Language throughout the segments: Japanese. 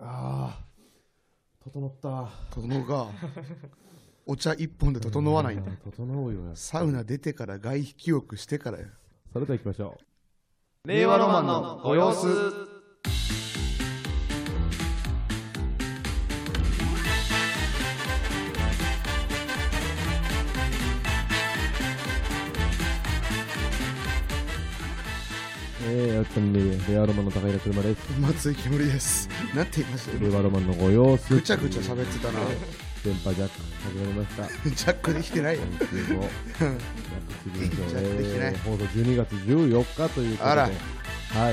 ああ、整った。 整うか。お茶一本で整わないんだよ。 整うよ。 サウナ出てから外皮記憶してからよ。 それでは行きましょう。令和ロマンのご様子。 令和ロマンの高平車です。 松井煙です。なんて言いましたよ。 令和ロマンのご様子。 ぐちゃぐちゃ喋ってたな。 電波ジャック始まりました。 ジャックできてないよ。 ジャックできない。 放送12月14日ということで。 あら。 はい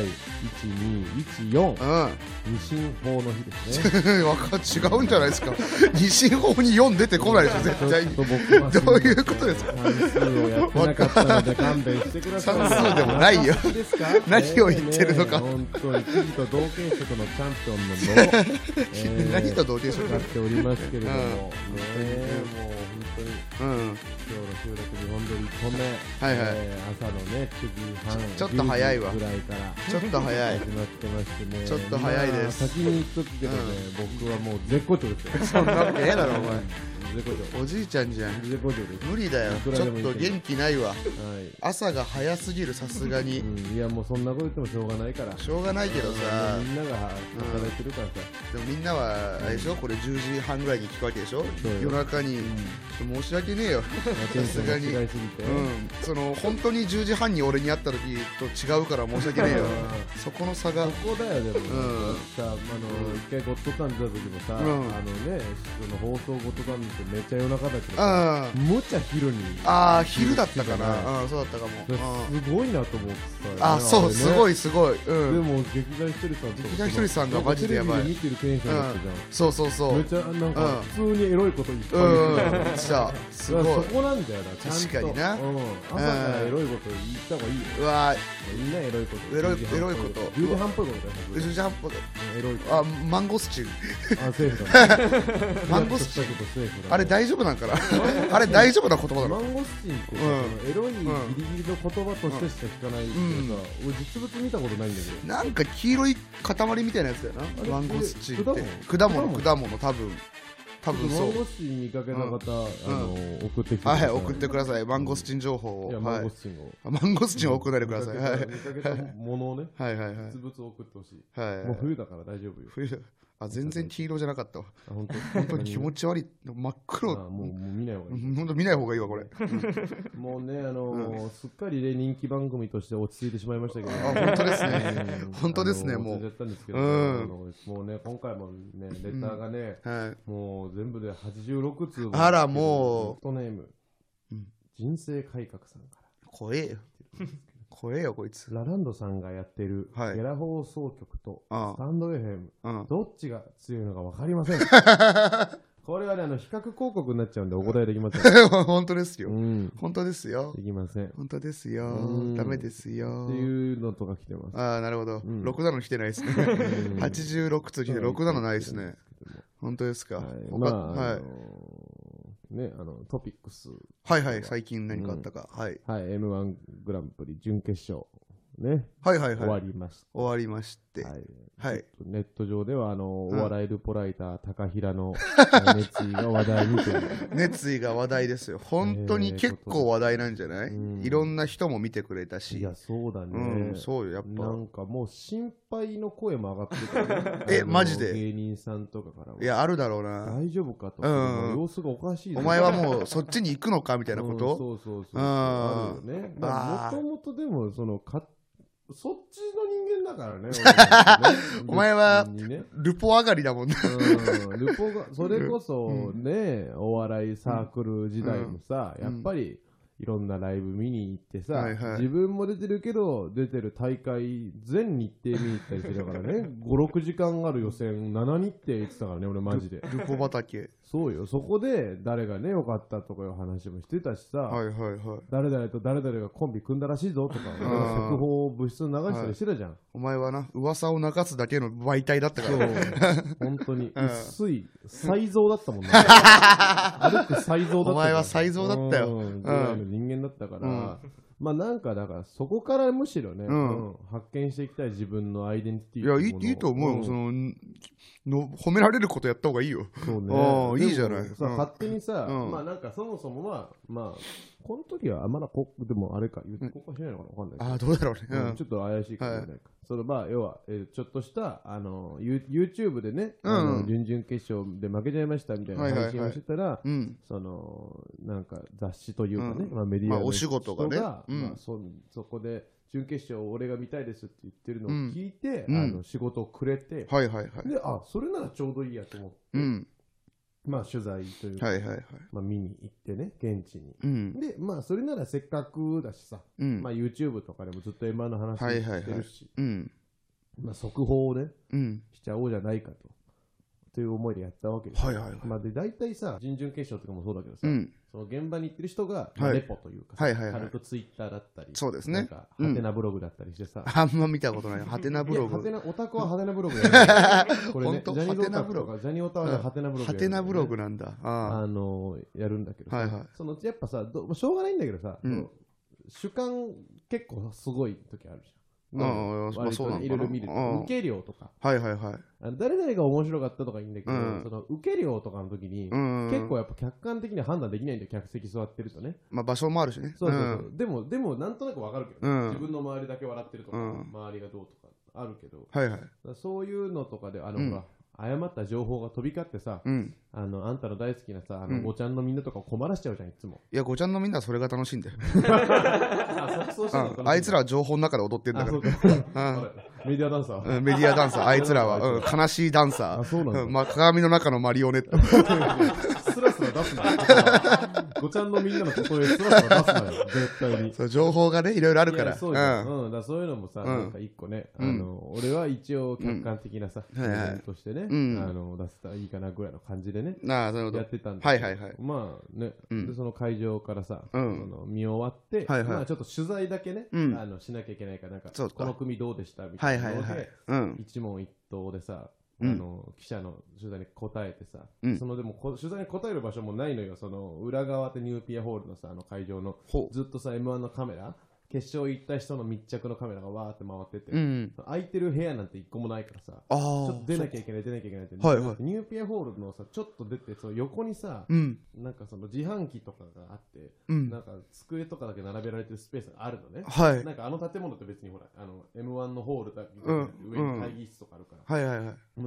、1214、二進法の日ですね。 違うんじゃないですか。二進法に4出てこないでしょ、絶対に。どういうことですか。 算数をやってなかったので勘弁してください。 算数でもないよ。何を言ってるのか。 本当に次と同系色のチャンピオンの何と同系色やっておりますけれども、もう本当に今日の収録2本撮り1本目、朝のね9時半ちょっと早いわぐらいからちょっと早い始まってましてね。 ちょっと早いです。 先に言っとくけどね、僕はもう絶好調ですよ。 そんなわけねえだろお前。 絶好調。 おじいちゃんじゃん。 絶好調です。 無理だよ。ちょっと元気ないわ。朝が早すぎる、さすがに。 いやもうそんなこと言ってもしょうがないから。 しょうがないけどさ、 みんなが働いてるからさ。 でもみんなはあれでしょ、これ10時半ぐらいに聞くわけでしょ。夜中に申し訳ねえよ。さすがに。その本当に10時半に俺に会った時と違うから申し訳ねえよ。そこの差が。 そこだよ。でもさ、一回ゴッドタン出た時もさ、その放送ゴッドタンってめっちゃ夜中だけど、むちゃ昼に。 昼だったかな。そうだったかも。 すごいなと思ってさ。 そう、すごいすごい。でも劇団ひとりさんがマジでやばい。 見てるテンションだったじゃん。 そうめっちゃなんか普通にエロいこと言ってた。すごい。 そこなんだよな。 確かにな。 朝からエロいこと言った方がいいよ。 うわ、 みんなエロいこと。 エロいこと。 10時半っぽいことだよ。 10時半っぽい。 エロい。 マンゴスチン。 セーフだ。 マンゴスチン。あれ大丈夫なんかな。あれ大丈夫な言葉だろ。 マンゴスチンってエロいギリギリの言葉としてしか聞かないけどさ、俺実物見たことないんだけど。 なんか黄色い塊みたいなやつだよな。マンゴスチンって果物多分そう。 マンゴスチン見かけた方、送ってきてください。送ってください。マンゴスチン情報を。 マンゴスチンを送られてください。 見かけたものをね。実物を送ってほしい。もう冬だから大丈夫よ。 冬だ。全然黄色じゃなかったわ。本当に気持ち悪い。真っ黒。 もう見ない方がいい。 本当見ない方がいいわこれ。 もうねすっかりね人気番組として落ち着いてしまいましたけど。 本当ですね。本当ですね。もう。 もうね今回もねレターがねもう全部で86通。 あらもう。ネーム人生改革さんから。 怖えよ。怖えよこいつ。 ラランドさんがやってるゲラ放送局とスタンド FM、どっちが強いのか分かりません。これはね比較広告になっちゃうんでお答えできません。 本当ですよ。本当ですよ。 できません。 本当ですよ。ダメですよ。 っていうのとか来てます。 なるほど。6なの来てないですね。86と来て6なのないですね。本当ですか。 ね、トピックス。 最近何かあったか。 M1 グランプリ準決勝。ね。終わりまして。 終わりまして。 ネット上では、お笑いルポライター、高平の熱意が話題にという。 熱意が話題ですよ。本当に結構話題なんじゃない？いろんな人も見てくれたし。 いや、そうだね。 そうよ、やっぱ。 なんかもう心配の声も上がってる。 マジで？ 芸人さんとかからは。 いや、あるだろうな。 大丈夫かと。様子がおかしい。 お前はもうそっちに行くのかみたいなこと？ そう。あるよね。もともとでも、そっちの人間だからね。 お前はルポ上がりだもんね。 ルポがそれこそね、お笑いサークル時代もさ、やっぱりいろんなライブ見に行ってさ、自分も出てるけど出てる大会全日程見に行ったりしてたからね。5、6時間ある予選7日程言ってたからね、俺マジで。 ルポ畑。 そうよ。そこで誰がね良かったとかいう話もしてたしさ、誰々と誰々がコンビ組んだらしいぞとか速報を部室に流したりしてたじゃん。 お前はな噂を流すだけの媒体だったから。 本当に薄い才蔵だったもんね。歩く才蔵だった。 お前は才蔵だったよ。 ぐらいの人間だったから。まあなんかだからそこからむしろね、発見していきたい自分のアイデンティティ。 いやいいと思うよ。 褒められることやった方がいいよ。 そうね。 いいじゃない。 勝手にさ、まあなんかそもそもまあ、この時はまだでもあれか、言ってここしないのかな、わかんない。 どうだろうね。 ちょっと怪しいかもしれないか。そのまあ、要は、ちょっとした、YouTube でね、準々決勝で負けちゃいましたみたいな配信をしてたら、その、なんか雑誌というかね、まあメディアの人が、そこで、準決勝俺が見たいですって言ってるのを聞いて、仕事をくれて、で、それならちょうどいいやと思って、まあ取材というか、まあ見に行ってね、現地に。で、まあそれならせっかくだしさ、まあ YouTube とかでもずっと M1 の話してるし、まあ速報をね、しちゃおうじゃないかという思いでやったわけですよ。まあで、大体さ、準々決勝とかもそうだけどさ、その現場に行ってる人がレポというか、軽くツイッターだったり、 そうですね。 なんか、ハテナブログだったりしてさ。 あんま見たことない。ハテナブログ。 オタクはハテナブログやる。これね、ジャニーオタクとか、ジャニーオタはハテナブログ。 ハテナブログなんだ。 やるんだけどさ、やっぱさ、しょうがないんだけどさ、主観結構すごい時あるじゃん。いろいろ見る受け量とか誰々が面白かったとかいいんだけど、その受け量とかの時に結構やっぱ客観的に判断できないんだよ、客席座ってるとね。 まあ場所もあるしね。 でもなんとなくわかるけど、自分の周りだけ笑ってるとか、周りがどうとかあるけど、そういうのとかでほら誤った情報が飛び交ってさ、あんたの大好きなさ、ごちゃんのみんなとかを困らしちゃうじゃん、いつも。 いや、ごちゃんのみんなはそれが楽しいんだよ。あいつらは情報の中で踊ってんだから。 メディアダンサー。 メディアダンサー、あいつらは悲しいダンサー。鏡の中のマリオネット。 スラスラ出すな。ごちゃんのみんなのことでスラスラ出すなよ、絶対に。 そう、情報がね、いろいろあるから。 そういうのもさ、なんか一個ね、俺は一応客観的なさ、としてね、出せたらいいかなぐらいの感じでね、やってたんだけど、まあね、その会場からさ、見終わって、まあちょっと取材だけね、しなきゃいけないから、なんか、この組どうでしたみたいなので、一問一答でさ、記者の取材に答えてさ、そのでも取材に答える場所もないのよ。その裏側ってニューピアホールのさ、会場のずっとさ M1 のカメラ、決勝行った人の密着のカメラがわーって回ってて、空いてる部屋なんて一個もないからさ、ちょっと出なきゃいけないって、ニューピアホールのさ、ちょっと出て、その横にさ、なんかその自販機とかがあって、なんか机とかだけ並べられてるスペースがあるのね。なんか建物って別にほら、M1 のホールだけ上に会議室とかあるから、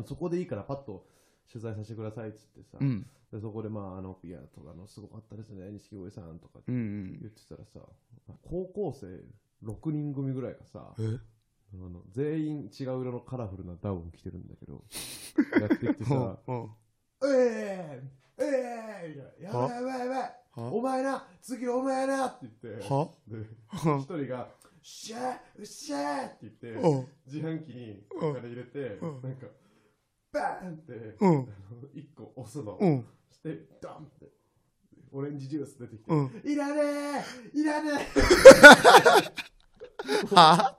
そこでいいからパッと取材させてくださいっつってさ、でそこでまあいやとかすごかったですね、錦鯉さんとかって言ってたらさ、高校生6人組ぐらいがさ、全員違う色のカラフルなダウン着てるんだけど、やってきてさ、やばいやばいやばい、お前な、次お前なって言って、一人が、しゃーうっしゃーって言って、自販機にお金入れて、なんか、バーンって、一個押すの。して、ドンって、オレンジジュース出てきて、いらねえいらねえは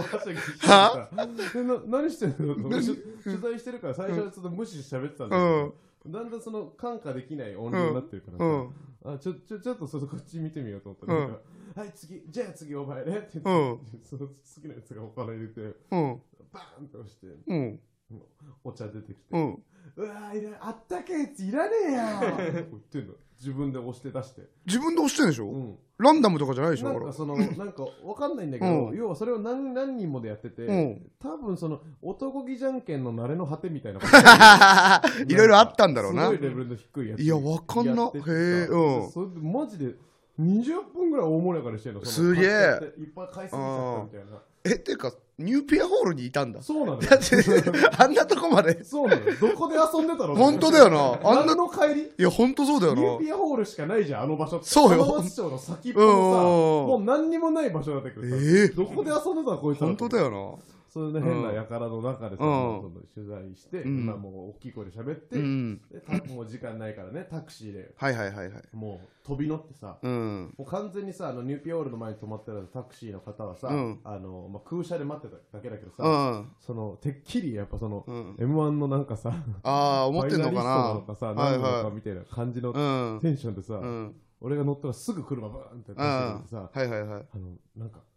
何してんの取材してるから最初はちょっと無視して喋ってたんだけど、だんだんその感化できない音量になってるからさ、ちょっとそこっち見てみようと思ったら、はい、じゃあ次お前ねって言って、その好きなやつがお金入れて、バーンって押して、お茶出てきて、うわあったけえやついらねえや言ってんの。自分で押して出して。 自分で押してんでしょ、ランダムとかじゃないでしょ。 なんかわかんないんだけど、要はそれを何人もでやってて、多分その男気じゃんけんの慣れの果てみたいないろいろあったんだろうな。 すごいレベルの低いやつ。 いや、わかんな。へえ、 それでマジで20分ぐらい大盛り上がりしてんの。 すげえ。 いっぱい買いすぎちゃったみたいな。 てかニューピアホールにいたんだ。 そうなのよ。 あんなとこまで。 そうなのよ。どこで遊んでたの。 本当だよな。 あんなの帰り。 いや本当そうだよな。 ニューピアホールしかないじゃん、あの場所って。 そうよ。 浜松町の先っぽのさ、もう何にもない場所なんだけどさ、どこで遊んでたのこいつ。 本当だよな。 それで変な輩の中でさ、取材して、まあもう大きい声で喋って、もう時間ないからね、タクシーで、もう飛び乗ってさ、もう完全にさ、ニューピアホールの前に止まってたタクシーの方はさ、空車で待ってただけだけどさ、そのてっきりやっぱその M1 のなんかさ、 思ってんのかな、 ファイナリストなのかさ、何なのかみたいな感じのテンションでさ、俺が乗ったらすぐ車バーンって出してくれてさ、なんか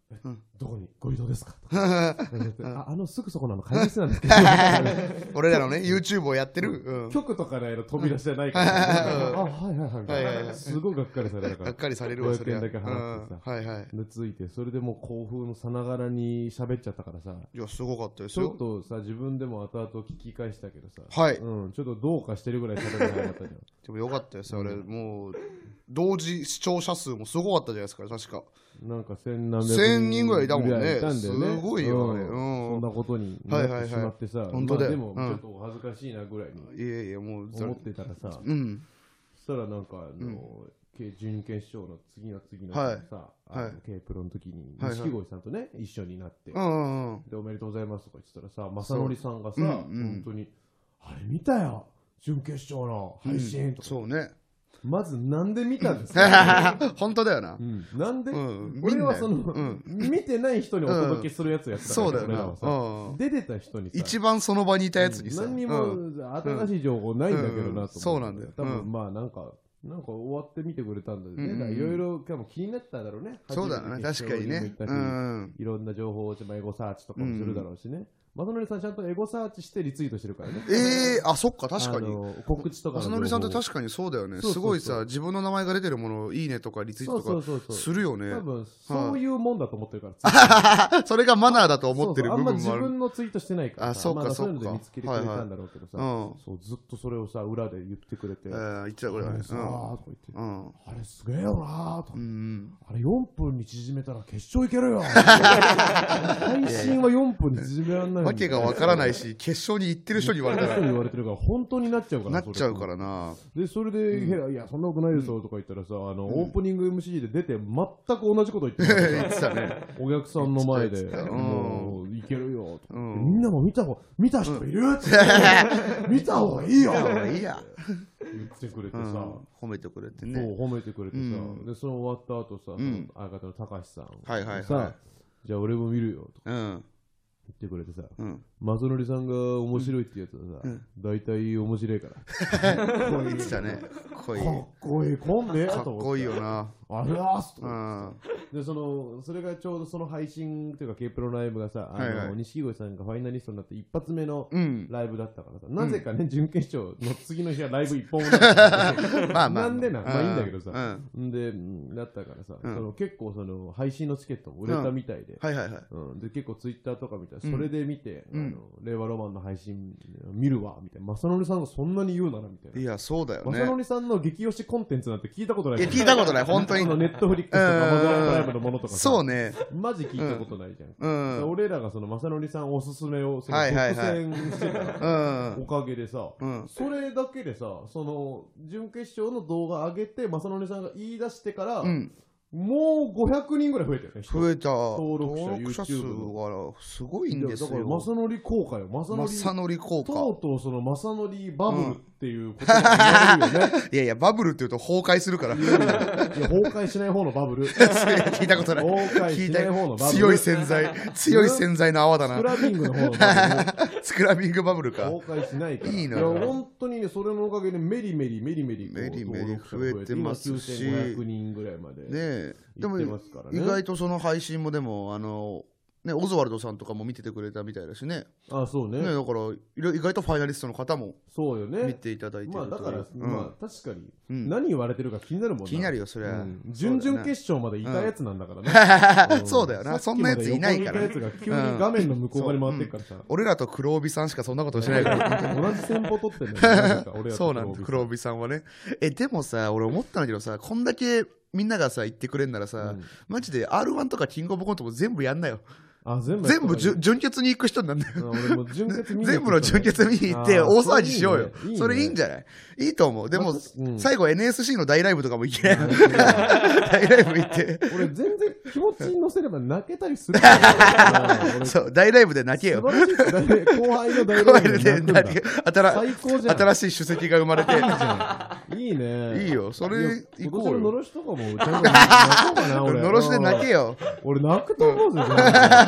どこにご移動ですかすぐそこの会議室なんですけど俺らのね YouTube をやってる局とかの扉じゃないからはいすごいがっかりされるからがっかりされるわ 500円だけ払ってさでついてそれでもう興奮さながらに喋っちゃったからさいやすごかったですよちょっとさ自分でも後々聞き返したけどさちょっとどうかしてるぐらい喋れなかったじゃんでもよかったですよ俺もう同時視聴者数もすごかったじゃないですか確かなんか 1000人ぐらいいたもんねすごいよあれそんなことになってしまってさ本当だよでもちょっとお恥ずかしいなぐらいにいやもう思ってたらさそしたらなんか準決勝の次のさ K プロの時に錦鯉さんとね一緒になってでおめでとうございますとか言ってたらさ正則さんがさ本当にあれ見たよ準決勝の配信とかそうねまずなんで見たんですか本当だよななんで俺はその見てない人にお届けするやつやったからそうだよな出てた人にさ一番その場にいたやつにさ何にも新しい情報ないんだけどなと思ってそうなんだよ多分まあなんか終わって見てくれたんだよねいろいろ気になったんだろうねそうだね確かにねいろんな情報をエゴサーチとかもするだろうしね正則さんちゃんとエゴサーチしてリツイートしてるからねそっか確かに告知とか正則さんって確かにそうだよねすごいさ自分の名前が出てるものをいいねとかリツイートとかするよね多分そういうもんだと思ってるからそれがマナーだと思ってる部分もあるあんま自分のツイートしてないからそうかそういうので見つけてくれたんだろうけどさずっとそれをさ裏で言ってくれて言ってたこれねあれすげえよなとあれ4分に縮めたら決勝いけるよ配信は4分に縮めらんないわけがわからないし決勝に行ってる人に言われたら言われてるから本当になっちゃうからなっちゃうからなでそれでいやそんなことないですよとか言ったらさオープニング MC で出て全く同じこと言ってたお客さんの前でもういけるよとみんなも見た人いる見た方がいいよいいや言ってくれてさ褒めてくれてねそう褒めてくれてさでその終わった後さ相方の高橋さんさじゃあ俺も見るよとか言ってくれてさ正則さんが面白いってやつはさ大体面白いからかっこいいっねかっこいいかっこいいこんねかっこいいよなあれだーすとでそれがちょうどその配信というか K プロライブがさ錦鯉さんがファイナリストになって一発目のライブだったからさなぜかね準決勝の次の日はライブ一本もなかったなんでまあいいんだけどさでだったからさ結構その配信のチケットも売れたみたいで結構ツイッターとか見たらそれで見て令和ロマンの配信見るわみたいな正則さんがそんなに言うならみたいないやそうだよね正則さんの激推しコンテンツなんて聞いたことない聞いたことない本当にネットフリックスとかアマゾンプライムのものとかそうねマジ聞いたことないじゃん俺らがその正則さんおすすめを独占してたおかげでさそれだけでさその準決勝の動画上げて正則さんが言い出してからもう500人ぐらい増えたよね増えた登録者数がすごいんですよだから正則効果よ正則効果とうとうその正則バブルっていうことが言われるよねいやバブルって言うと崩壊するからいや崩壊しない方のバブル聞いたことない崩壊しない方のバブル強い洗剤の泡だなスクラビングの方のバブルスクラビングバブルか崩壊しないからいいな本当にねそれのおかげでメリメリ増えてますし 9500人ぐらいまでねでも意外とその配信もでもオズワルドさんとかも見ててくれたみたいだしねそうねだから意外とファイナリストの方もそうよね見ていただいてるだから確かに何言われてるか気になるもんな気になるよそれは準々決勝までいたやつなんだからねそうだよなそんなやついないからやつが急に画面の向こう側に回ってるからさ俺らと黒帯さんしかそんなことしないから同じ戦法取ってんだよそうなんだ黒帯さんはねでもさ俺思ったんだけどさこんだけみんながさ言ってくれんならさマジで R1 とかキングオブコントも全部やんなよ全部準決に行く人になんだよ全部の準決見に行って大騒ぎしようよそれいいんじゃないいいと思うでも最後 NSC の大ライブとかも行けない大ライブ行って俺全然気持ちに乗せれば泣けたりするそう大ライブで泣けよ後輩の大ライブで泣くんだ新しい主席が生まれていいねいいよそれ行こうよのろしとかもちゃんと泣こうかな俺のろしで泣けよ俺泣くと思うぜ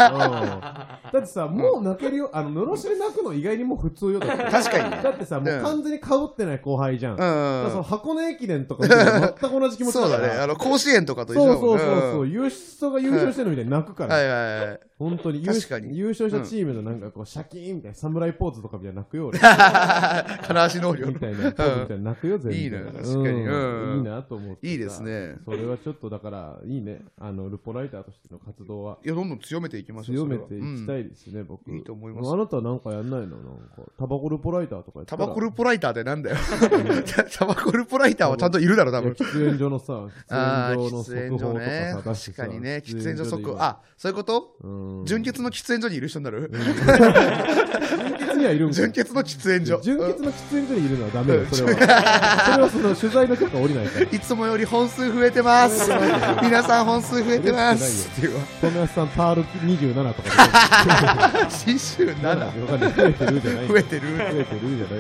だってさ、もう泣けるよ。のろしで泣くの意外にもう普通よ。だって確かにね。 だってさ、もう完全に被ってない後輩じゃん。だからその箱根駅伝とか全く同じ気持ちだから。 そうだね。甲子園とかと一緒だもんね。 そう。優勝が優勝してるみたいに泣くから。 はい。 本当に優勝したチームのなんかこうシャキーンみたいな侍ポーズとかみたいな泣くよ俺。 金足能力みたいなポーズみたいな泣くよ全然。 いいね、確かに。 いいなと思って。 いいですね。 それはちょっとだからいいね。ルポライターとしての活動は。 いや、どんどん強めていきましょう。 強めていきたいですね、僕。 いいと思います。 あなたはなんかやんないの？なんかタバコルポライターとかやったら。 タバコルポライターってなんだよ。タバコルポライターはちゃんといるだろ、多分。 喫煙所のさ、喫煙所の速報とかさ、 確かにね、喫煙所速報。あ、そういうこと？純血の喫煙所にいる人になる？純血にはいるんか。 純血の喫煙所。 純血の喫煙所にいるのはダメよ、それは。それはその取材の許可降りないから。 いつもより本数増えてます。皆さん本数増えてます。 富安さん、タール27とか。 新州7。 増えてるじゃない。 増えてるじゃない。 点数の付け方わかんない。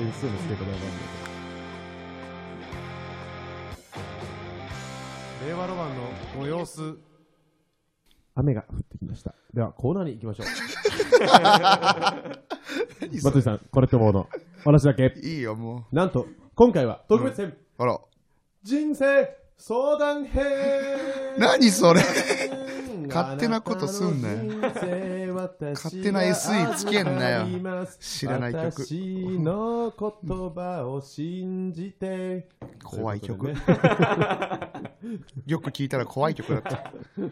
令和ロマンのご様子。雨が降ってきました。ではコーナーに行きましょう。松井さん、これって思うの話だけ。 いいよもう。なんと今回は特別編。 あら。 人生相談編。 何それ。勝手なことすんなよ。勝手な SE つけんなよ。知らない曲。 私の言葉を信じて。 怖い曲。よく聞いたら怖い曲だった。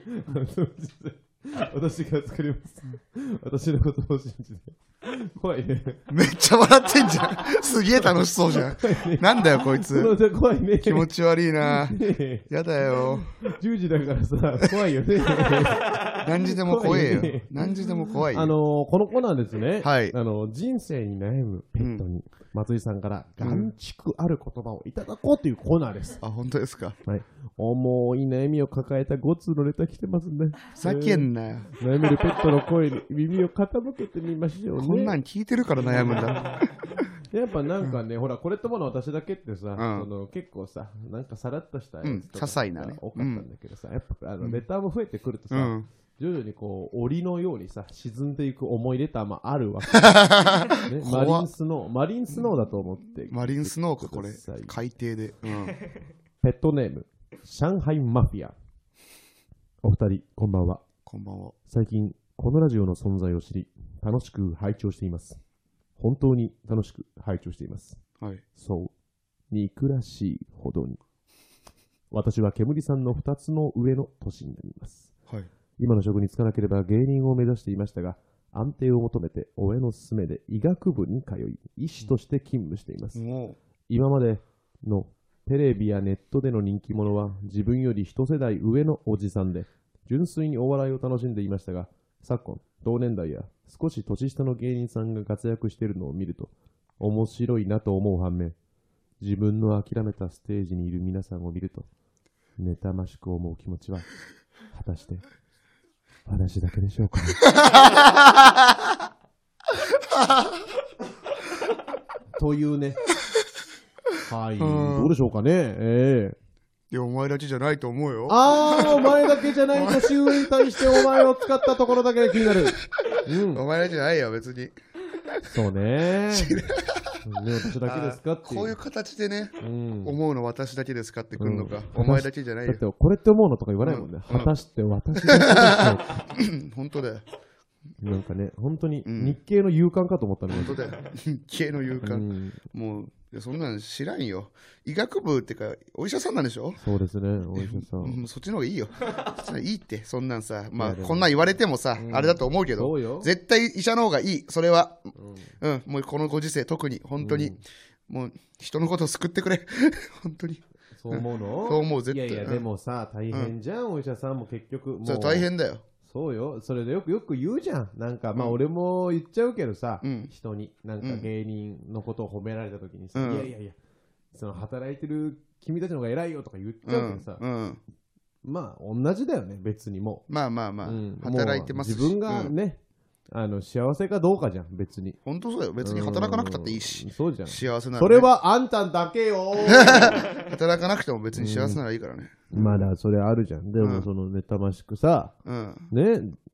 私が作ります。私の言葉を信じて。怖いね。 めっちゃ笑ってんじゃん。すげえ楽しそうじゃん。なんだよこいつ。 怖いね。 気持ち悪いな。やだよ。 10時だからさ、怖いよね。 何時でも怖いよ。何時でも怖いよ。 このコーナーですね。 はい。 人生に悩むペットに、松井さんから眼蓄ある言葉をいただこうというコーナーです。 あ、本当ですか。 はい。重い悩みを抱えた5通のレター来てますね。 ふざけんなよ。 悩めるペットの声に耳を傾けてみましょうね。 こんなん聞いてるから悩むんだ。 やっぱなんかね、ほら、これってもの私だけってさ、結構さ、なんかさらっとしたやつとか、 些細なね、 多かったんだけどさ、やっぱレターも増えてくるとさ、徐々にこう、檻のようにさ、沈んでいく重いレターもあるわけ。ね、マリンスノーだと思って。 マリンスノーか、これ。海底で。 ペットネーム、上海マフィア。お二人、こんばんは。 こんばんは。 最近、このラジオの存在を知り、楽しく拝聴しています。本当に楽しく拝聴しています。 はい。 そう。憎らしいほどに。私は煙さんの2つの上の年になります。 はい。 今の職に就かなければ芸人を目指していましたが、安定を求めて親の勧めで医学部に通い、医師として勤務しています。今までのテレビやネットでの人気者は自分より一世代上のおじさんで、純粋にお笑いを楽しんでいましたが、昨今、同年代や少し年下の芸人さんが活躍しているのを見ると、面白いなと思う反面、自分の諦めたステージにいる皆さんを見ると、妬ましく思う気持ちは、果たして、私だけでしょうか。というね。はい。どうでしょうかね。 いや、お前だけじゃないと思うよ。 お前だけじゃない年上に対してお前を使ったところだけで気になる。 お前だけじゃないよ、別に。 そうね。私だけですかっていう。 こういう形でね、思うの私だけですかってくるのか。お前だけじゃないよ。 だってこれって思うのとか言わないもんね。果たして私だけですか。 本当だよ。 なんかね、本当に日系の勇敢かと思ったね。 本当だよ。日系の勇敢。もう。そんなの知らんよ。医学部ってか、お医者さんなんでしょ？ そうですね、お医者さん。 そっちの方がいいよ。そっちの方がいいって、そんなんさ。まあ、こんなん言われてもさ、あれだと思うけど、絶対医者の方がいい、それは。もうこのご時世、特に、本当に、もう人のことを救ってくれ。本当に。 そう思うの？ そう思う、絶対。 いやいや、でもさ、大変じゃん、お医者さんも結局。 それ大変だよ。 そうよ。それでよく言うじゃん。なんか、まあ俺も言っちゃうけどさ、人に、なんか芸人のことを褒められた時にさ、いやいやいや、その働いてる君たちの方が偉いよとか言っちゃうけどさ、まあ同じだよね、別にもう。 まあ、働いてますし。 自分がね、幸せかどうかじゃん、別に。 本当そうだよ。別に働かなくたっていいし。 そうじゃん。 幸せなら。 それはあんただけよ。 働かなくても別に幸せならいいからね。 まだそれあるじゃん。でもその妬ましくさ、ね、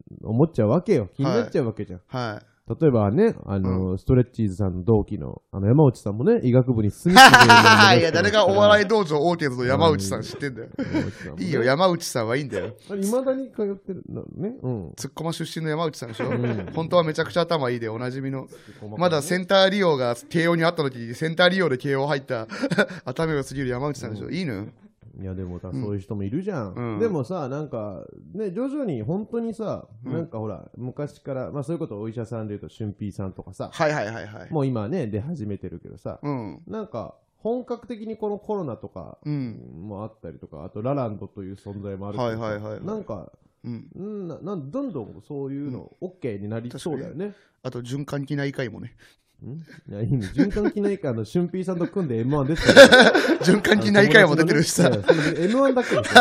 思っちゃうわけよ。気になっちゃうわけじゃん。 はい。 例えばね、ストレッチーズさんの同期の、山内さんもね、医学部に進み続けていや、誰がお笑い道場オーケーズの山内さん知ってんだよ。いいよ、山内さんはいいんだよ。 いまだに通ってるのね。 ツッコマ出身の山内さんでしょ。本当はめちゃくちゃ頭いいで、おなじみの。まだセンター利用が慶応にあった時に、センター利用で慶応入った頭が過ぎる山内さんでしょ。いいのよ。 いやでもさ、そういう人もいるじゃん。でもさ、なんか、ね、徐々に本当にさ、なんかほら、昔から、まあそういうことお医者さんで言うと、俊平さんとかさ、もう今ね、出始めてるけどさ、なんか、本格的にこのコロナとかもあったりとか、あとラランドという存在もあるけど、なんか、どんどんそういうの OK になりそうだよね。 あと循環器内科医もね。 いやいいね、循環器内科の俊平さんと組んで M1 出てた循環器内科医も出てるしさ、 M1 だけですよ。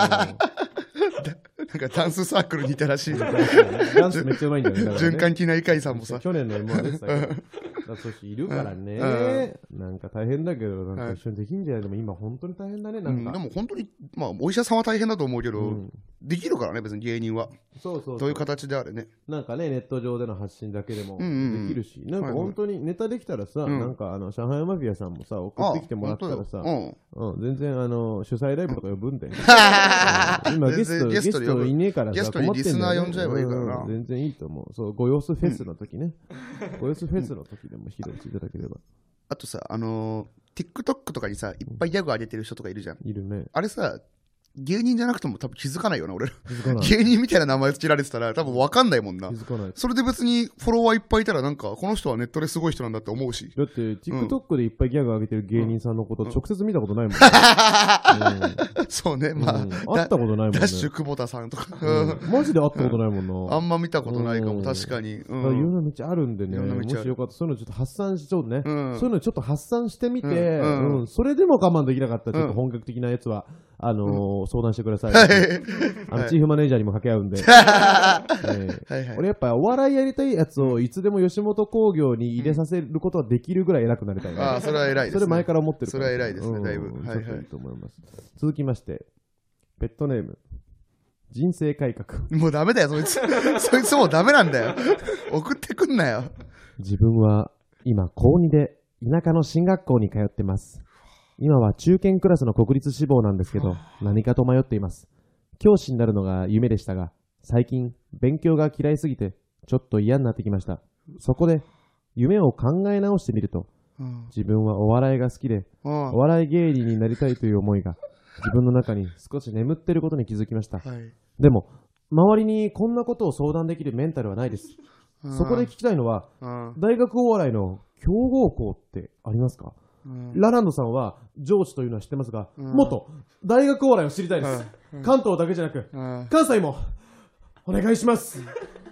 なんかダンスサークルにいたらしい。ダンスめっちゃうまいんだよね。 循環器内科医さんもさ。 去年の M1 でしたけど。そういるからね。なんか大変だけど、なんか一緒にできんじゃない。でも今本当に大変だね。なんかでも本当に、まあお医者さんは大変だと思うけど、できるからね、別に芸人は。 そうどういう形であれね。 なんかね、ネット上での発信だけでもできるし、なんか本当にネタできたらさ、なんか上海マフィアさんもさ、送ってきてもらったらさ、全然主催ライブとか呼ぶんで。今ゲストいねえからさ、 ゲストにリスナー呼んじゃえばいいからな。 全然いいと思う。そう、ご様子フェスの時ね。ご様子フェスの時でも披露していただければ。 あとさ、TikTok とかにさ、いっぱいギャグ上げてる人とかいるじゃん。 いるね。 あれさ、芸人じゃなくても多分気づかないよな、俺ら。芸人みたいな名前つけられてたら多分分かんないもんな。 気づかない。 それで別にフォロワーいっぱいいたらなんか、この人はネットですごい人なんだって思うし。 だって、TikTok でいっぱいギャグ上げてる芸人さんのこと直接見たことないもん。 そうね、まあ。 会ったことないもんね。 ダッシュ久保田さんとか。 マジで会ったことないもんな。 あんま見たことないかも、確かに。いろんな道あるんでね、もしよかったらそういうのちょっと発散しちゃうね。そういうのちょっと発散してみて、それでも我慢できなかったらちょっと本格的なやつは、相談してください。チーフマネージャーにも掛け合うんで。俺やっぱお笑いやりたいやつをいつでも吉本興業に入れさせることはできるぐらい偉くなりたい。 ああ、それは偉いです。 それ前から思ってる。 それは偉いですね、だいぶ。 いいと思います。続きまして、ペットネーム、人生改革。 もうダメだよ、そいつ。そいつもうダメなんだよ。送ってくんなよ。 自分は今、高2で田舎の進学校に通ってます。今は中堅クラスの国立志望なんですけど、何かと迷っています。教師になるのが夢でしたが、最近勉強が嫌いすぎてちょっと嫌になってきました。そこで夢を考え直してみると、自分はお笑いが好きで、お笑い芸人になりたいという思いが自分の中に少し眠っていることに気づきました。でも周りにこんなことを相談できるメンタルはないです。そこで聞きたいのは、大学お笑いの強豪校ってありますか？ラランドさんは上司というのは知ってますが、もっと大学お笑いを知りたいです。関東だけじゃなく、関西もお願いします。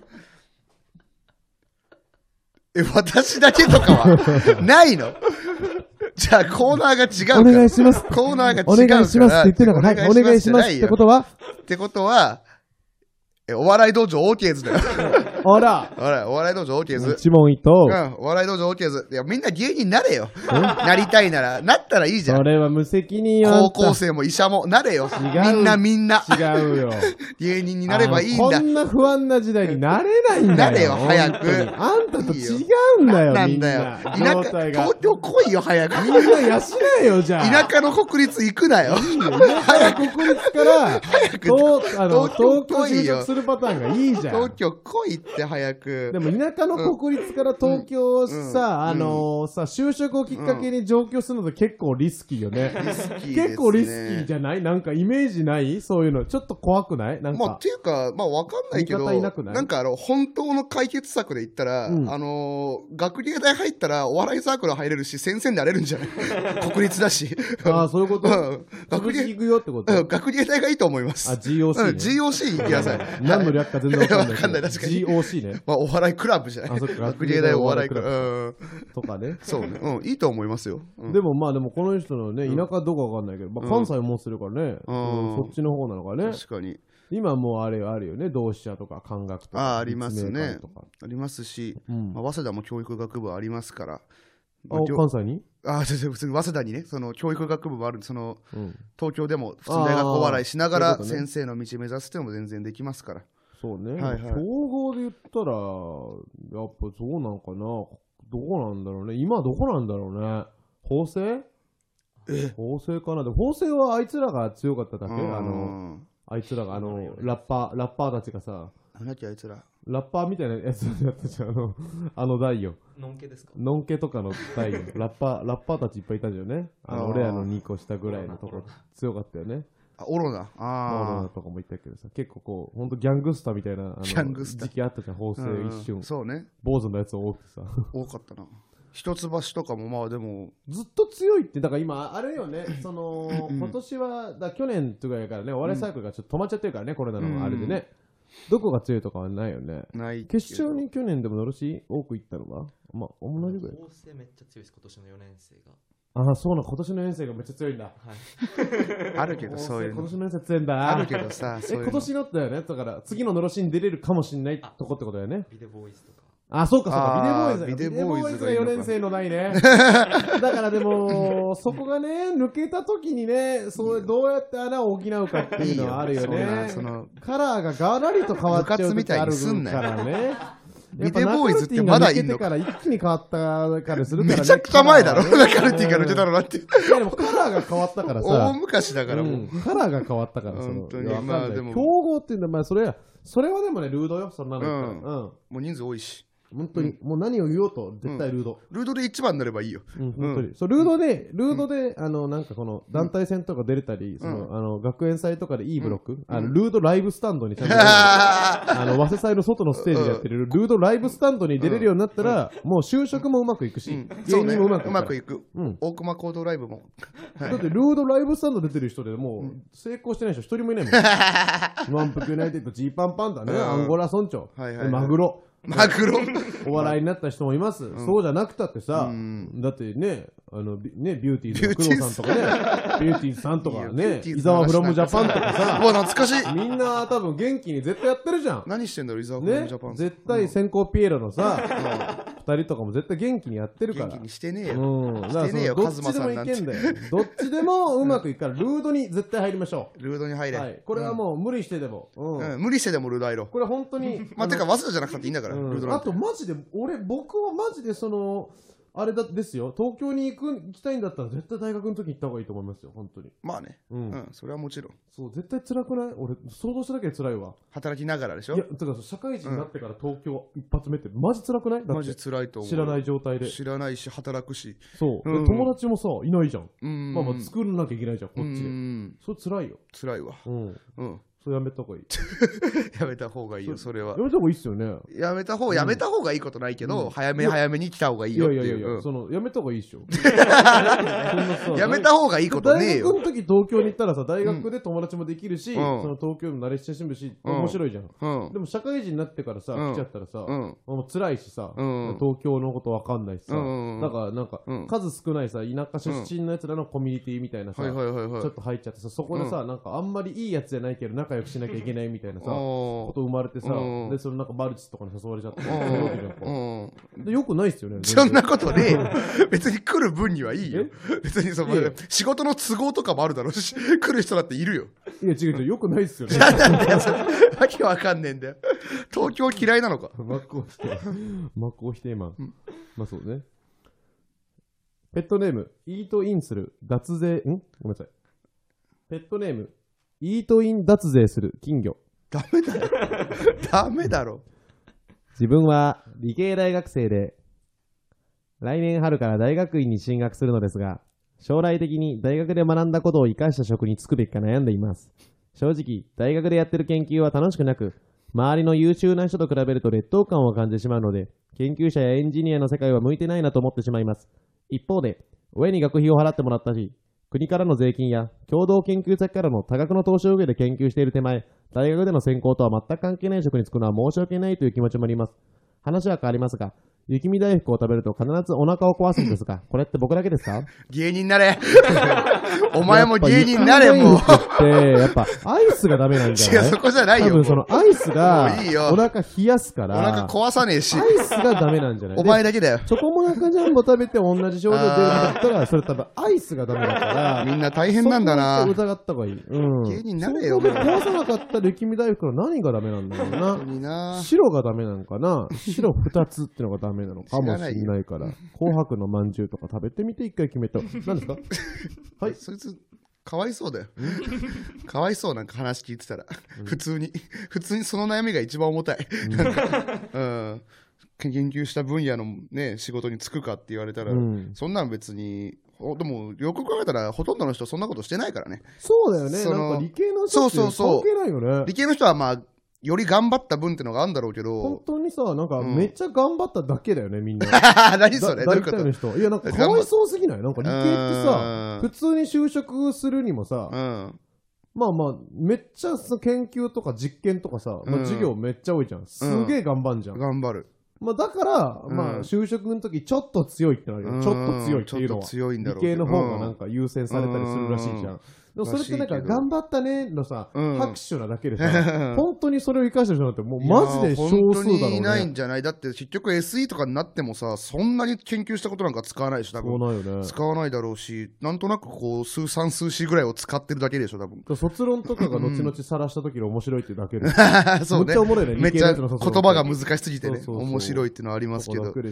私だけとかはないの？じゃあコーナーが違うから。 お願いします。 コーナーが違うから。 お願いしますって言ってたから、はい、お願いしますってことはお笑い道場 OK ズだよ。 あら。 お笑い道場 OK ズ。 一問一答。 お笑い道場 OK ズ。いや、みんな芸人になれよ。なりたいなら。なったらいいじゃん。 それは無責任よ。 高校生も医者もなれよ。みんな。 違うよ。 芸人になればいいんだ。 こんな不安な時代になれないんだよ。 なれよ、早く。 あんたと違うんだよ、 なんだよ。東京来いよ、早く。 みんな養えよ、じゃあ。 田舎の国立行くなよ。 早く国立から、東京就職するパターンがいいじゃん。 東京来いって早く。 でも田舎の国立から東京さ、就職をきっかけに上京するのって結構リスキーよね。結構リスキーじゃない？なんかイメージない？そういうの。ちょっと怖くない？なんか。 まあ、っていうか、まあわかんないけど、なんか本当の解決策で言ったら、学芸大入ったらお笑いサークル入れるし、先生になれるんじゃない？国立だし。 ああ、そういうこと？学芸行くよってこと？ 学芸大がいいと思います。 あ、GOC ね。 GOC 行きなさい。 何の略か全然わかんない。 わかんない、確かに。 GOC ね。 まあ、お笑いクラブじゃない。学芸大お笑いクラブ。 とかね。 そうね。いいと思いますよ。 でもこの人のね、田舎どこかわかんないけど、関西もするからね。そっちの方なのかね。 確かに。 今もうあれよね、同志社とか漢学とか。 ありますね。ありますし、早稲田も教育学部ありますから。 関西に？ 普通に早稲田にね、その教育学部もある、東京でも普通に大学お笑いしながら先生の道目指すっていうのも全然できますから。 そうね。競合で言ったら、やっぱそうなんかな。どこなんだろうね。今どこなんだろうね。法政かな。で法政はあいつらが強かっただけ。あいつらがラッパーたちがさ。 なんだっけあいつら。 ラッパーみたいなやつやったじゃん。台よ。 のんけですか？ のんけとかの台よ。ラッパーたちいっぱいいたじゃんね。俺らの2個下ぐらいのとこ強かったよね。 オロナ。 オロナとかもいたけどさ、結構こう、ほんとギャングスターみたいな時期あったじゃん、法政一瞬。 そうね。 坊主のやつ多くてさ。 多かったな。一橋とかもまあでも。 ずっと強いって、だから今、あれよね、今年は、去年とかやからね、お笑いサークルがちょっと止まっちゃってるからね、コロナのあれでね。どこが強いとかはないよね。 ない。 決勝に去年でも乗るし、多く行ったのはまあ、同じぐらい。 法政めっちゃ強いです、今年の4年生が。 ああ、そうな、今年の4年生がめっちゃ強いんだ。はい。 あるけど、そういう。 今年の4年生強いんだ。 あるけどさ、 今年のだよね。だから、次ののろしに出れるかもしんないとこってことだよね。 ビデボーイズとか。 あ、そうか、そうか、ビデボーイズが4年生のないね。だからでも、そこがね、抜けた時にね、どうやって穴を補うかっていうのはあるよね。カラーがガラリと変わっちゃう時あるからね。 ビデボーイズってまだいんのから一気に変わったからするからね。 めちゃくちゃ前だろ。ナカルティが抜けたのなって。いやでもカラーが変わったからさ。 大昔だからもう。 カラーが変わったから、 本当に。まあでも。 競合っていうんだ、まあそれはでもね、ルードよ、そんなの。 もう人数多いし。 本当に、もう何を言おうと、絶対ルード。 ルードで一番になればいいよ。 本当に。そう、ルードで、なんかこの、団体戦とか出れたり、学園祭とかでいいブロック、ルードライブスタンドにちゃんと、早稲祭の外のステージでやってる、ルードライブスタンドに出れるようになったら、もう就職もうまくいくし、芸人もうまくいく。 大熊行動ライブも。 だって、ルードライブスタンド出てる人でもう、成功してない人一人もいないもん。満腹ユナイテッド、ジーパンパンダね、アンゴラ村長、マグロ。お笑いになった人もいます。そうじゃなくたってさ、だってね、ビューティーズの工藤さんとかね、ビューティーズさんとかね、伊沢フロムジャパンとかさ、 懐かしい。 みんな多分元気に絶対やってるじゃん。 何してんだろ、伊沢フロムジャパン。 絶対先行ピエロのさ、二人とかも絶対元気にやってるから。 元気にしてねえよ。してねえよ、 どっちでもいけんだよ。どっちでもうまくいくから、ルードに絶対入りましょう。ルードに入れ。 はい。これはもう無理してでも。 無理してでもルード入ろう。 これ本当に。 まあ、てか、早稲田じゃなくていいんだから、ルードなんて。 あとマジで、僕はマジであれですよ、東京に行きたいんだったら絶対大学の時に行った方がいいと思いますよ、本当に。 まあね。それはもちろん。 そう、絶対辛くない？俺、想像しただけで辛いわ。 働きながらでしょ？ いや、だから社会人になってから東京一発目ってマジ辛くない？ マジ辛いと思う。 知らない状態で。 知らないし、働くし。 そう。友達もさ、いないじゃん。まあ作らなきゃいけないじゃん、こっちで。それ辛いよ。 辛いわ。 それやめた方がいい。 やめた方がいいよ、それは。 やめた方がいいっすよね。 やめた方がいいことないけど、早めに来た方がいいよっていう。 いや、やめた方がいいっしょ。 やめた方がいいことねえよ。 大学の時東京に行ったらさ、大学で友達もできるし、東京も慣れ親しむし、面白いじゃん。でも社会人になってからさ、来ちゃったらさ、もう辛いしさ、東京のことわかんないしさ、だからなんか、数少ないさ、田舎出身のやつらのコミュニティみたいなさ、ちょっと入っちゃってさ、そこでさ、なんかあんまりいいやつじゃないけど、仲良くしなきゃいけないみたいなさ、こと生まれてさ、で、そのなんかマルチとかに誘われちゃって、で、よくないっすよね。 そんなことねえ。別に来る分にはいいよ。別に仕事の都合とかもあるだろうし、来る人だっているよ。 いや、違う、よくないっすよね。 なんだよ、わけわかんねえんだよ。東京嫌いなのか。 真っ向否定マン。まあそうね。ペットネーム、イートインする、脱税、ごめんなさい。ペットネーム、イートイン脱税する金魚。 ダメだよ。ダメだろ。 自分は理系大学生で、来年春から大学院に進学するのですが、将来的に大学で学んだことを活かした職に就くべきか悩んでいます。正直、大学でやってる研究は楽しくなく、周りの優秀な人と比べると劣等感を感じてしまうので、研究者やエンジニアの世界は向いてないなと思ってしまいます。一方で、親に学費を払ってもらったし、国からの税金や共同研究先からの多額の投資を受けて研究している手前、大学での専攻とは全く関係ない職に就くのは申し訳ないという気持ちもあります。話は変わりますが、 雪見大福を食べると必ずお腹を壊すんですが、これって僕だけですか？ 芸人になれお前も芸人になれ、もう。 やっぱ、アイスがダメなんじゃない？ 違う、そこじゃないよ。 多分そのアイスが、お腹冷やすから、 お腹壊さねえし。 アイスがダメなんじゃない？ お前だけだよ。 チョコモナカジャンボ食べて同じ症状出るんだったら、それ多分アイスがダメだから、 みんな大変なんだな。 そこを疑った方がいい。うん。 芸人になれよ。 そこで壊さなかった雪見大福は何がダメなんだろうな。白がダメなのかな。白2つってのがダメなのかもしれないから。紅白のまんじゅうとか食べてみて一回決めた。何ですか？ はい。そいつ、かわいそうだよ。かわいそう、なんか話聞いてたら。普通にその悩みが一番重たい。研究した分野のね、仕事に就くかって言われたら、そんなん別に、でも、よく考えたら、ほとんどの人そんなことしてないからね。 そうだよね。なんか理系の人って関係ないよね。 理系の人はまあ、より頑張った分ってのがあるんだろうけど。 本当にさ、なんかめっちゃ頑張っただけだよね、みんな。 何それ？ 大体の人。いや、なんかかわいそうすぎない？なんか理系ってさ、普通に就職するにもさ、まあまあ、めっちゃ研究とか実験とかさ、授業めっちゃ多いじゃん。すげえ頑張んじゃん。 頑張る。まあだから、まあ就職の時ちょっと強いってなるよ。ちょっと強いっていうのは。理系の方がなんか優先されたりするらしいじゃん。でもそれってなんか頑張ったねのさ、拍手なだけでさ、本当にそれを生かしてる人なんてもうマジで少数だろうね。本当にいないんじゃない？だって結局 SE とかになってもさ、そんなに研究したことなんか使わないし、多分。 そうないよね。 使わないだろうし、なんとなくこう、数3数4ぐらいを使ってるだけでしょ、多分。 卒論とかが後々晒した時に面白いっていうだけで。 そうね。 めっちゃおもろいね。 めっちゃ言葉が難しすぎてね、面白いっていうのはありますけど。だって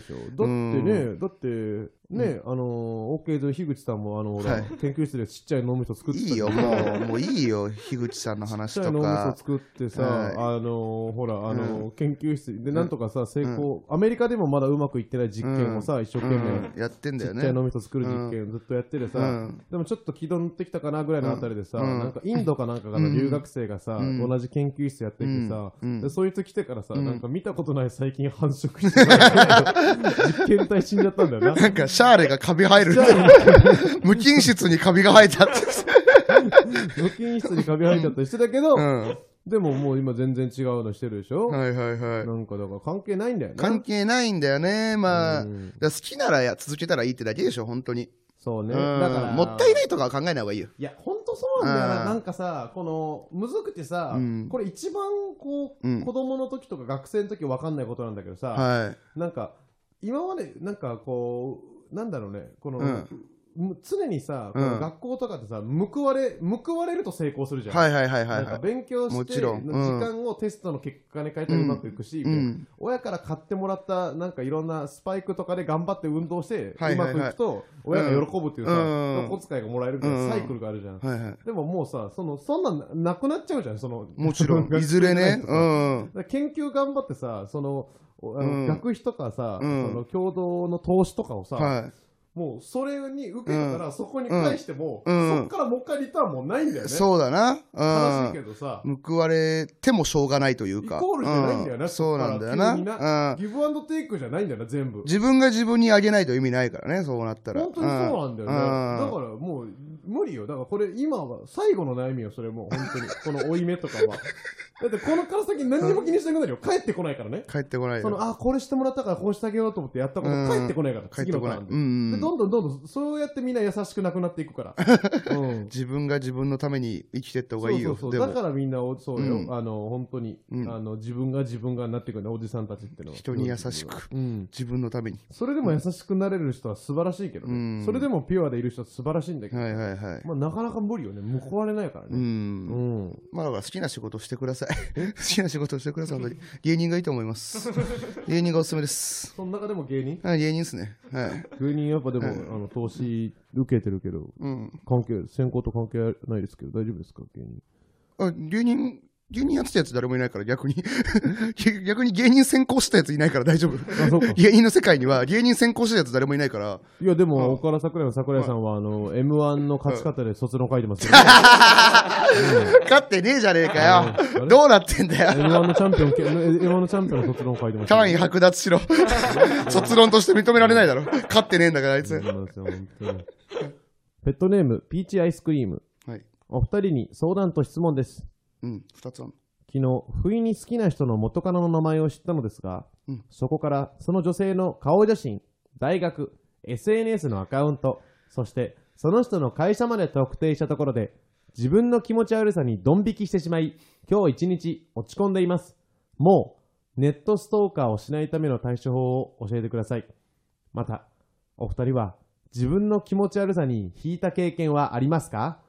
ね、OK ズ樋口さんも研究室でちっちゃい脳みそ作ってた。 いいよ、もういいよ、樋口さんの話とか。ちっちゃい脳みそ作ってさ、ほら、研究室でなんとかさ、成功、アメリカでもまだうまくいってない実験をさ、一生懸命やってんだよね。 ちっちゃい脳みそ作る実験をずっとやっててさ、でもちょっと軌道乗ってきたかなぐらいのあたりでさ、なんかインドかなんかから留学生がさ、同じ研究室やっててさ、そいつ来てからさ、なんか見たことない細菌繁殖して実験体死んじゃったんだよな。 なんかシャーレがカビ生える。無菌室にカビが生えたって。 無菌室にカビ生えちゃったりしてたけど、でももう今全然違うのしてるでしょ。 はいはいはい。 なんかだから関係ないんだよね。 関係ないんだよね。まあ、好きなら続けたらいいってだけでしょ、本当に。 そうね。だからもったいないとかは考えない方がいいよ。 いや、ほんとそうなんだよな。なんかさ、この、むずくてさ、これ一番こう、子供の時とか学生の時分かんないことなんだけどさ、なんか、今までなんかこう、なんだろうね、この、常にさ、学校とかでさ、報われると成功するじゃん。 はいはいはいはい。 なんか勉強して、時間をテストの結果に変えたらうまくいくし、親から買ってもらった、なんかいろんなスパイクとかで頑張って運動して、うまくいくと、親が喜ぶっていうさ、お小遣いがもらえるみたいなサイクルがあるじゃん。でももうさ、そんなんなくなっちゃうじゃん、その。 もちろん、いずれね。 研究頑張ってさ、その、学費とかさ、その共同の投資とかをさ、もうそれに受けたからそこに返しても、そっからもう一回リターンもないんだよね。 そうだな。 悲しいけどさ。 報われてもしょうがないというか。 イコールじゃないんだよな。 そうなんだよな。 ギブアンドテイクじゃないんだよな、全部。 自分が自分にあげないと意味ないからね、そうなったら。 本当にそうなんだよね。だからもう無理よ。だからこれ今は最後の悩みよ、それもう本当に。この負い目とかは。だってこのから先何にも気にしてくないよ。帰ってこないからね。 帰ってこないよ。 これしてもらったからこうしてあげようと思ってやったこと帰ってこないから。次のターンで。で、どんどんそうやってみんな優しくなくなっていくから。 自分が自分のために生きてった方がいいよ。 そうだからみんなそうよ。本当に自分がになっていくね、おじさんたちってのは。 人に優しく。自分のために。 それでも優しくなれる人は素晴らしいけどね。それでもピュアでいる人は素晴らしいんだけど。まあなかなか無理よね。報われないからね。 まあだから好きな仕事してください。好きな仕事してください。本当に芸人がいいと思います。芸人がおすすめです。 その中でも芸人？ 芸人ですね。 芸人やっぱでも投資受けてるけど、選考と関係ないですけど大丈夫ですか、芸人？芸人やってたやつ誰もいないから逆に芸人先行したやついないから大丈夫。芸人の世界には芸人先行したやつ誰もいないから。 いやでも岡田桜井の桜井さんはM1 の勝ち方で卒論書いてますよ。 勝ってねえじゃねえかよ。どうなってんだよ。 M1 のチャンピオンの卒論書いてます。 単位剥奪しろ。卒論として認められないだろ。勝ってねえんだからあいつ。 ペットネームピーチアイスクリーム。お二人に相談と質問です。 2つある。 昨日、不意に好きな人の元カノの名前を知ったのですが、 そこからその女性の顔写真、大学、SNS のアカウント、そしてその人の会社まで特定したところで、自分の気持ち悪さにドン引きしてしまい、今日一日落ち込んでいます。もうネットストーカーをしないための対処法を教えてください。また、お二人は自分の気持ち悪さに引いた経験はありますか？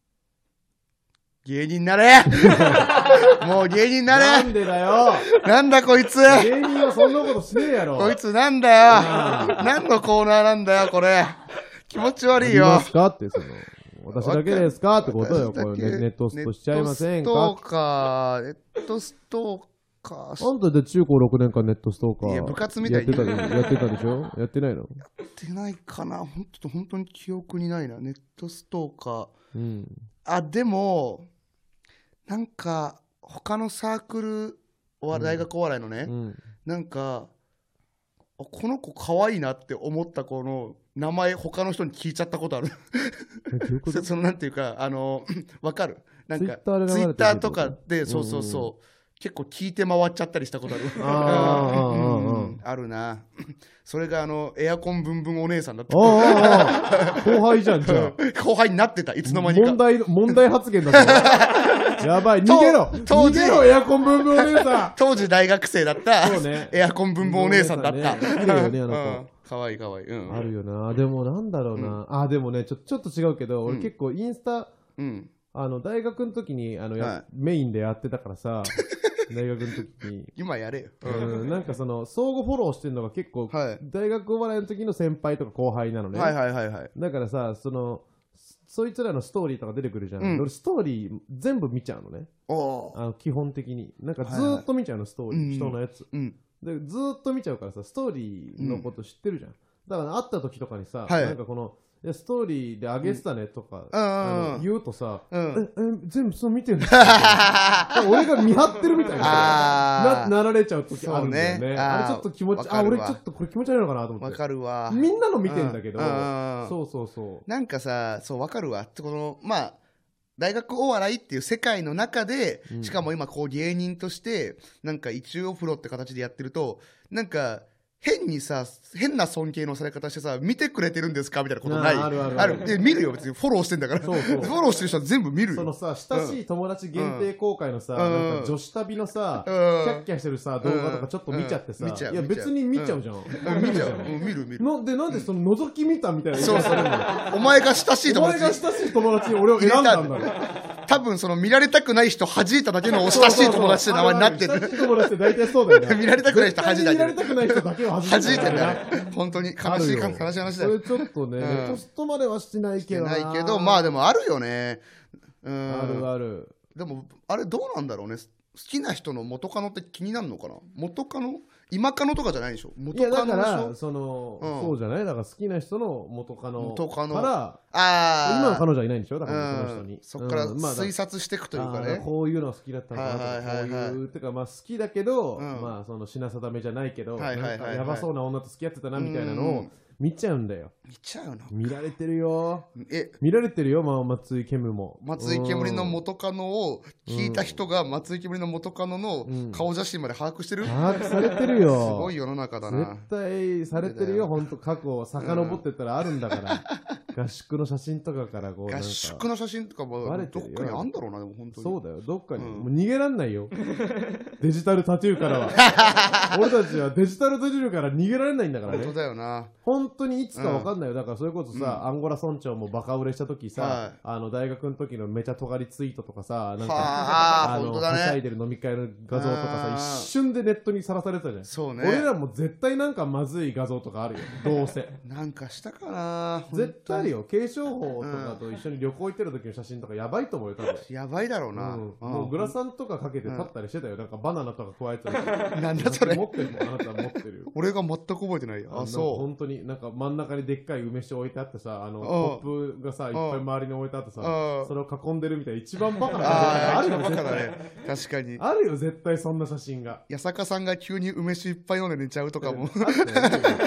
芸人になれもう芸人になれなんでだよなんだこいつ芸人はそんなことしねえやろこいつなんだよ何のコーナーなんだよこれ気持ち悪いよありますかって私だけですかってことよ。これネットストしちゃいませんか？ ネットストーカーあんたで中高6年間ネットストーカーいや部活みたいにやってたでしょ？やってないの？ やってないかな本当に記憶にないな。ネットストーカー、でもなんか他のサークル大学お笑いのね、なんかこの子可愛いなって思った子の名前他の人に聞いちゃったことあるそのなんていうかわかるなんかツイッターとかでそう結構聞いて回っちゃったりしたことあるあるな。それがエアコンブンブンお姉さんだった後輩じゃん。じゃあ後輩になってた。いつの間にか問題発言だぞやばい逃げろ逃げろエアコンブンブンお姉さん当時大学生だったエアコンブンブンお姉さんだったかわいいかわいいあるよな。でもなんだろうなでもねちょっと違うけど俺結構インスタ大学の時にメインでやってたからさ大学の時に今やれよ、 なんか相互フォローしてるのが結構、大学お笑いの時の先輩とか後輩なのね。だからさそいつらのストーリーとか出てくるじゃん、俺ストーリー全部見ちゃうのね。基本的になんかずーっと見ちゃうのストーリー、人のやつ、でずーっと見ちゃうからさストーリーのこと知ってるじゃん。だから会った時とかにさ、なんかこのストーリーで上げてたねとか言うとさ、全部そう見てるんですか俺が見張ってるみたいななられちゃう時あるんだよね。あれちょっと気持ち俺ちょっとこれ気持ち悪いのかなと思って。 わかるわ。 みんなの見てんだけどそうなんかさわかるわってこの大学お笑いっていう世界の中で、しかも今こう芸人としてなんか一応プロって形でやってるとなんか変な尊敬のされ方してさ見てくれてるんですかみたいなことない？あるで見るよ別にフォローしてんだからフォローしてる人は全部見るよ。 そのさ親しい友達限定公開のさなんか女子旅のさキャッキャしてるさ動画とかちょっと見ちゃってさいや別に見ちゃうじゃん。 見ちゃう見るなんでその覗き見たみたいなそうお前が親しい友達お前が親しい友達に俺を選んだんだろ。 多分その見られたくない人弾いただけの親しい友達って名前になってる。 親しい友達って大体そうだよね。 見られたくない人弾いただけ。 見られたくない人だけを弾いてるんだね。本当に悲しい話だよ。 それちょっとねネトストまではしてないけどでもあるよね。 ある。 でもあれどうなんだろうね。好きな人の元カノって気になるのかな。元カノ今カノとかじゃないでしょ。元カノでしょ。いやだからそうじゃない。だから好きな人の元カノから今の彼女はいないんでしょ。だからその人にそこから推察していくというかね。 こういうのが好きだったのかなとかこういうてか好きだけどその品定めじゃないけどやばそうな女と付き合ってたなみたいなのを見ちゃうんだよ。 見ちゃうの。 見られてるよ。見られてるよ。松井煙も。 松井煙の元カノを聞いた人が松井煙の元カノの顔写真まで把握してる。 把握されてるよ。 すごい世の中だな。 絶対されてるよ。本当過去を遡ってったらあるんだから。合宿の写真とかから合宿の写真とかもどっかにあんだろうな。でも本当にそうだよ。どっかにもう逃げらんないよ。デジタルタトゥーからは。俺たちはデジタルタトゥーから逃げられないんだからね。 本当だよな。 本当にいつか分かんないよ。だからそれこそさ、アンゴラ村長もバカ売れした時さ、大学の時のめちゃ尖りツイートとかさ、なんかはしゃいでる飲み会の画像とかさ、一瞬でネットにさらされてたじゃん。 そうね。 俺らも絶対なんかまずい画像とかあるよ。どうせ。 なんかしたかな。 絶対あるよ。継承法とかと一緒に旅行行ってる時の写真とかやばいと思うよ。多分やばいだろうな。 もうグラサンとかかけて立ったりしてたよ。なんかバナナとか加えてた。 なんだそれ。 持ってるもん。あなた持ってるよ。 俺が全く覚えてない。あ、そう。 本当になんか真ん中にでっかい梅酒置いてあってさ、コップがさいっぱい周りに置いてあってさ、それを囲んでるみたいな一番バカな写真あるよ。 バカだね。確かに。 あるよ絶対そんな写真が。 八坂さんが急に梅酒いっぱい飲んで寝ちゃうとかも。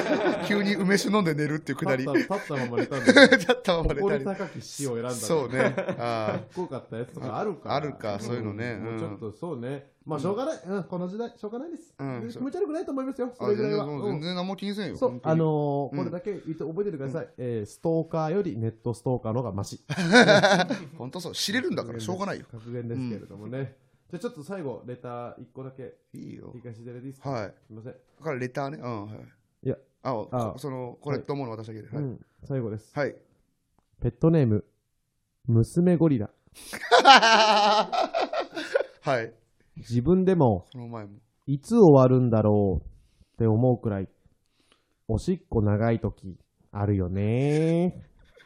急に梅酒飲んで寝るっていうくだり。 立ったまま寝たんだ立ったまま寝たり。 誇り高き死を選んだ。 そうね。 かっこよかったやつとかあるか。 あるか、そういうのね。 ちょっとそうね。まあしょうがない。この時代、しょうがないです。気持ち悪くないと思いますよ。それぐらいは。 全然何も気にせんよ。 そう、これだけ覚えててください。ストーカーよりネットストーカーの方がマシ。 本当そう。知れるんだからしょうがないよ。 格言ですけれどもね。じゃあちょっと最後、レター1個だけ。 いいよ。 聞かせていただいていいですか。 はい。 すみません。 だからレターね。はい。 いや。 これと思うの私だけで。 最後です。 はい。 ペットネーム、娘ゴリラ。 はい。 自分でも、 この前も。 いつ終わるんだろうって思うくらい、おしっこ長い時あるよね。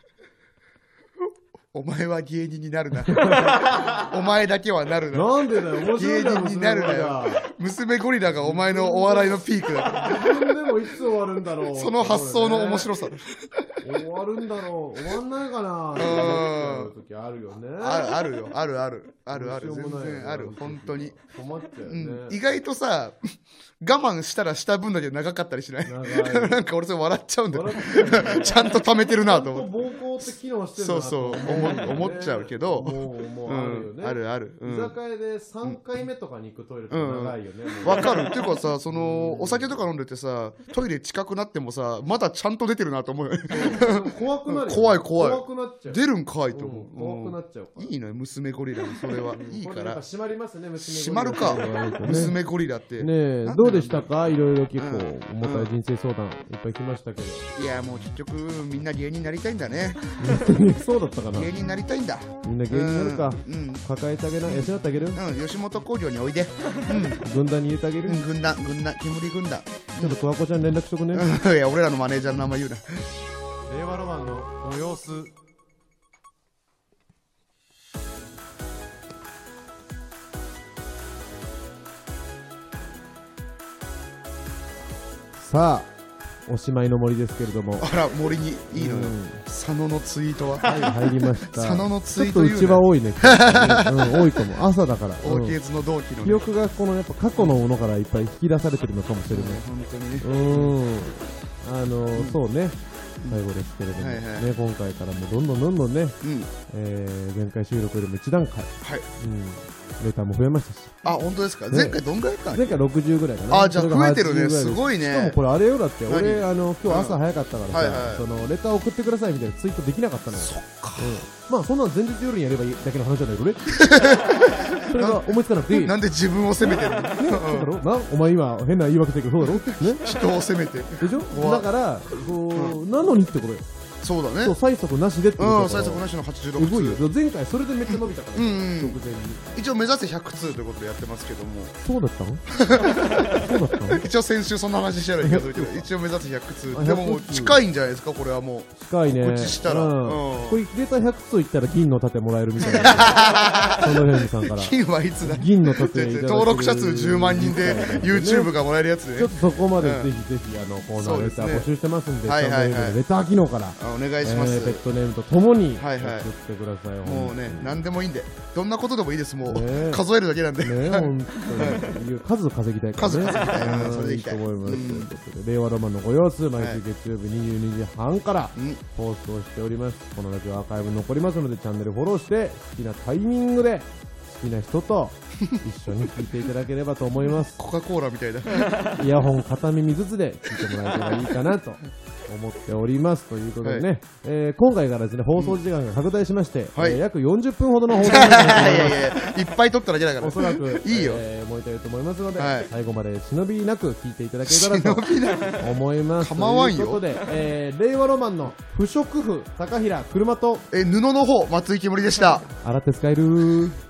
お前は芸人になるな。お前だけはなるな。 なんでだよ、面白い芸人になるなよ。娘ゴリラがお前のお笑いのピークだから。 自分でもいつ終わるんだろう。 その発想の面白さ。 終わるんだろう。終わんないかな。時あるよね。 あるよ。ある。全然ある。本当に。 困っちゃうよね。 意外とさ、我慢したらした分だけ長かったりしない？なんか俺それ笑っちゃうんだよ。ちゃんと溜めてるなと思って。 膀胱って機能してるな。そう思っちゃうけど。 もうあるよね。 ある。 居酒屋で3回目とかに行くトイレって長いよね。 わかる。っていうかさ、お酒とか飲んでてさ、トイレ近くなってもさ、まだちゃんと出てるなと思うよね。 怖くなる。 怖い。 怖くなっちゃう。 出るんかいと思う。 怖くなっちゃう。 いいのよ、娘ゴリラのそれは。いいから。 閉まりますね、 閉まるか。娘ゴリラって。 ねえ、どうでしたか？いろいろ結構重たい人生相談いっぱい来ましたけど。 いや、もう結局みんな芸人になりたいんだね。 そうだったかな。 芸人になりたいんだ。 みんな芸人になるか。抱えてあげな、養ってあげる。 吉本興業においで。 軍団に入れてあげる。 軍団、煙軍団。 ちょっと桑子ちゃん連絡しとくね。 いや、俺らのマネージャーの名前言うな。 令和ロマンのご様子。さあ、おしまいの森ですけれども。 あら、森にいいのよ。佐野のツイートは。 はい、入りました。 佐野のツイートちょっとうちは多いね。多いと思う。朝だから。 オーケーズの同期の。 記憶がこのやっぱ過去のものからいっぱい引き出されてるのかもしれない。 本当にね。 そうね。最後ですけれども、ね、今回からもどんどんね、前回収録よりも1段階、レターも増えましたし。 あ、本当ですか？前回どんぐらいか？ 前回60ぐらいかな。 あ、じゃあ増えてるね。すごいね。 しかもこれあれよ、だって俺今日朝早かったからさ、そのレター送ってくださいみたいなツイートできなかったのよ。 そっか。 まあそんなの前日夜にやればいいだけの話じゃないけどね。それが思いつかなくていい。 なんで自分を責めてるの？ そうだろ？お前今変な言い訳してるけどそうだろ？ね。 人を責めて。 でしょ？だからなのにってことよ。 そうだね。 そう、催促なしでってことだから。 催促なしの86 通。すごいよ。前回それでめっちゃ伸びたから。直前に。 一応目指せ100通ということでやってますけども。 そうだったの？そうだったの？ 一応先週そんな話してないけど、一応目指せ100通。でももう近いんじゃないですか、これはもう。 近いね。 告知したら。 これ入れた100通いったら銀の盾もらえるみたいな。その辺さんから。 銀はいつだ？ 銀の盾登録者数10万人で YouTube がもらえるやつね。 ちょっとそこまでぜひコーナーレター募集してますんで、レター機能からお願いします。 ペットネームとともに送ってください。 もうね、何でもいいんで、どんなことでもいいです。もう数えるだけなんで。 本当に数稼ぎたいからね。 数稼ぎたい。それでいいと思います。ということで、令和ロマンのご様子、毎週月曜日22時半から放送しております。このラジオアーカイブ残りますので、チャンネルフォローして好きなタイミングで好きな人と一緒に聞いていただければと思います。 コカ・コーラみたいな。 イヤホン片耳ずつで聞いてもらえればいいかなと思っておりますということでね、今回からですね、放送時間が拡大しまして、約40分ほどの放送時間いっぱい撮っただけだからおそらくいいよ、 思いたいと思いますので、最後まで忍びなく聞いていただけたらと思います。 構わんよ。 ということで、令和ロマンの不織布高平車と布の方松井けむりでした。 洗って使える